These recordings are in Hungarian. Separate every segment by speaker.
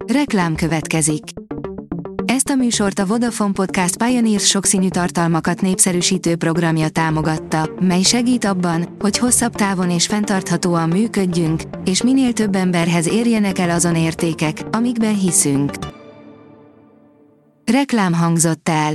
Speaker 1: Reklám következik. Ezt a műsort a Vodafone Podcast Pioneers sokszínű tartalmakat népszerűsítő programja támogatta, mely segít abban, hogy hosszabb távon és fenntarthatóan működjünk, és minél több emberhez érjenek el azon értékek, amikben hiszünk. Reklám hangzott el.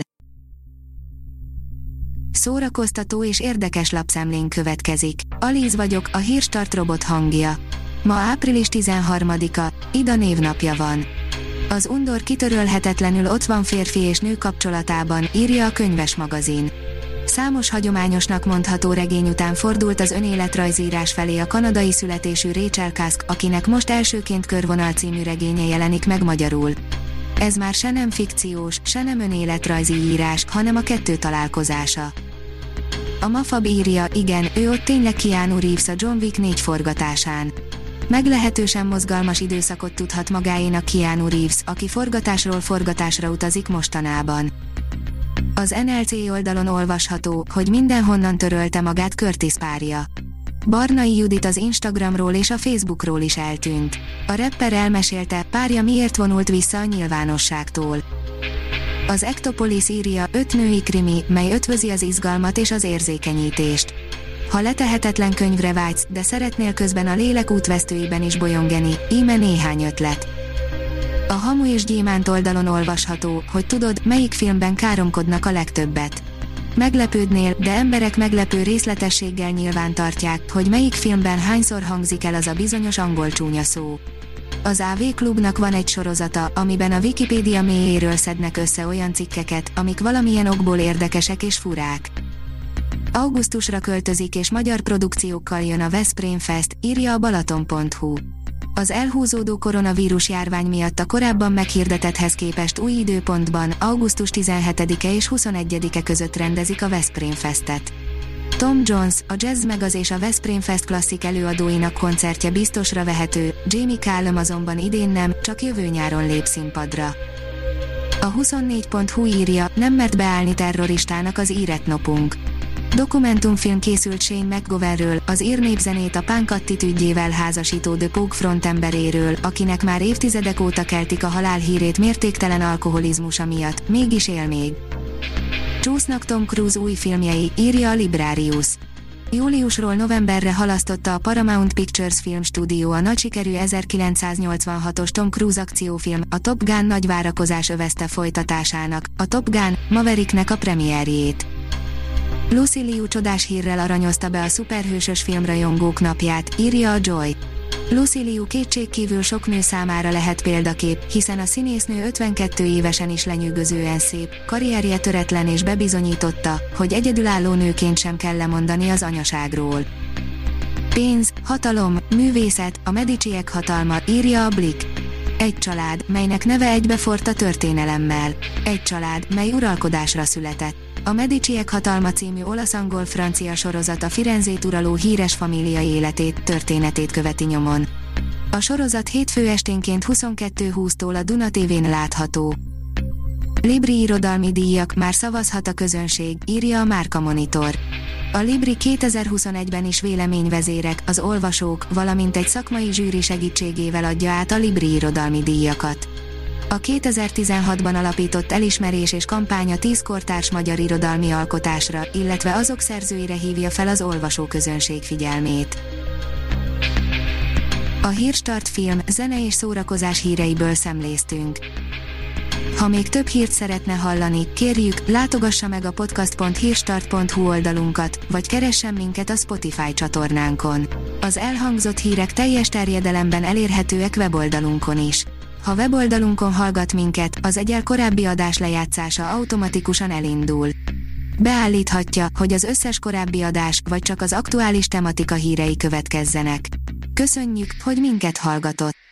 Speaker 1: Szórakoztató és érdekes lapszemlén következik. Alíz vagyok, a Hírstart robot hangja. Ma április 13-a, Ida névnapja van. Az undor kitörölhetetlenül ott van férfi és nő kapcsolatában, írja a Könyves magazin. Számos hagyományosnak mondható regény után fordult az önéletrajzírás felé a kanadai születésű Rachel Cusk, akinek most elsőként Körvonal című regénye jelenik meg magyarul. Ez már se nem fikciós, se nem önéletrajzi írás, hanem a kettő találkozása. A Mafab írja, igen, ő ott tényleg Keanu Reeves a John Wick 4 forgatásán. Meglehetősen mozgalmas időszakot tudhat magáénak Keanu Reeves, aki forgatásról forgatásra utazik mostanában. Az NLC oldalon olvasható, hogy mindenhonnan törölte magát Curtis párja. Barnai Judit az Instagramról és a Facebookról is eltűnt. A rapper elmesélte, párja miért vonult vissza a nyilvánosságtól. Az Ektopolis írja, 5 női krimi, mely ötvözi az izgalmat és az érzékenyítést. Ha letehetetlen könyvre vágysz, de szeretnél közben a lélek útvesztőiben is bolyongeni, íme néhány ötlet. A Hamu és Gyémánt oldalon olvasható, hogy tudod, melyik filmben káromkodnak a legtöbbet. Meglepődnél, de emberek meglepő részletességgel nyilván tartják, hogy melyik filmben hányszor hangzik el az a bizonyos angol csúnya szó. Az AV Klubnak van egy sorozata, amiben a Wikipédia mélyéről szednek össze olyan cikkeket, amik valamilyen okból érdekesek és furák. Augusztusra költözik és magyar produkciókkal jön a Veszprém Fest, írja a Balaton.hu. Az elhúzódó koronavírus járvány miatt a korábban meghirdetetthez képest új időpontban, augusztus 17-e és 21-e között rendezik a Veszprém Festet. Tom Jones, a Jazz Megaz és a Veszprém Fest klasszik előadóinak koncertje biztosra vehető, Jamie Cullum azonban idén nem, csak jövő nyáron lép színpadra. A 24.hu írja, nem mert beállni terroristának az íretnopunk. Dokumentumfilm készült Shane McGovernről, az ír népzenét a punk attitűdjével házasító The Pogue frontemberéről, akinek már évtizedek óta keltik a halálhírét mértéktelen alkoholizmusa miatt, mégis él még. Csúsznak Tom Cruise új filmjei, írja a Librarius. Júliusról novemberre halasztotta a Paramount Pictures filmstúdió a nagysikerű 1986-os Tom Cruise akciófilm, a Top Gun nagy várakozás övezte folytatásának, a Top Gun, Mavericknek a premierjét. Lucy Liu csodás hírrel aranyozta be a szuperhősös filmrajongók napját, írja a Joy. Lucy Liu kétségkívül sok nő számára lehet példakép, hiszen a színésznő 52 évesen is lenyűgözően szép, karrierje töretlen és bebizonyította, hogy egyedülálló nőként sem kell lemondani az anyaságról. Pénz, hatalom, művészet, a Mediciek hatalma, írja a Blick. Egy család, melynek neve egybeforrt a történelemmel. Egy család, mely uralkodásra született. A Mediciek hatalma című olasz-angol-francia sorozat a Firenzét uraló híres família életét, történetét követi nyomon. A sorozat hétfő esténként 22:20-tól a Duna TV-n látható. Libri irodalmi díjak, már szavazhat a közönség, írja a Márka Monitor. A Libri 2021-ben is véleményvezérek, az olvasók, valamint egy szakmai zsűri segítségével adja át a Libri irodalmi díjakat. A 2016-ban alapított elismerés és kampánya 10 kortárs magyar irodalmi alkotásra, illetve azok szerzőire hívja fel az olvasóközönség figyelmét. A Hírstart film, zene és szórakozás híreiből szemléztünk. Ha még több hírt szeretne hallani, kérjük, látogassa meg a podcast.hírstart.hu oldalunkat, vagy keressen minket a Spotify csatornánkon. Az elhangzott hírek teljes terjedelemben elérhetőek weboldalunkon is. Ha weboldalunkon hallgat minket, az egyel korábbi adás lejátszása automatikusan elindul. Beállíthatja, hogy az összes korábbi adás, vagy csak az aktuális tematika hírei következzenek. Köszönjük, hogy minket hallgatott!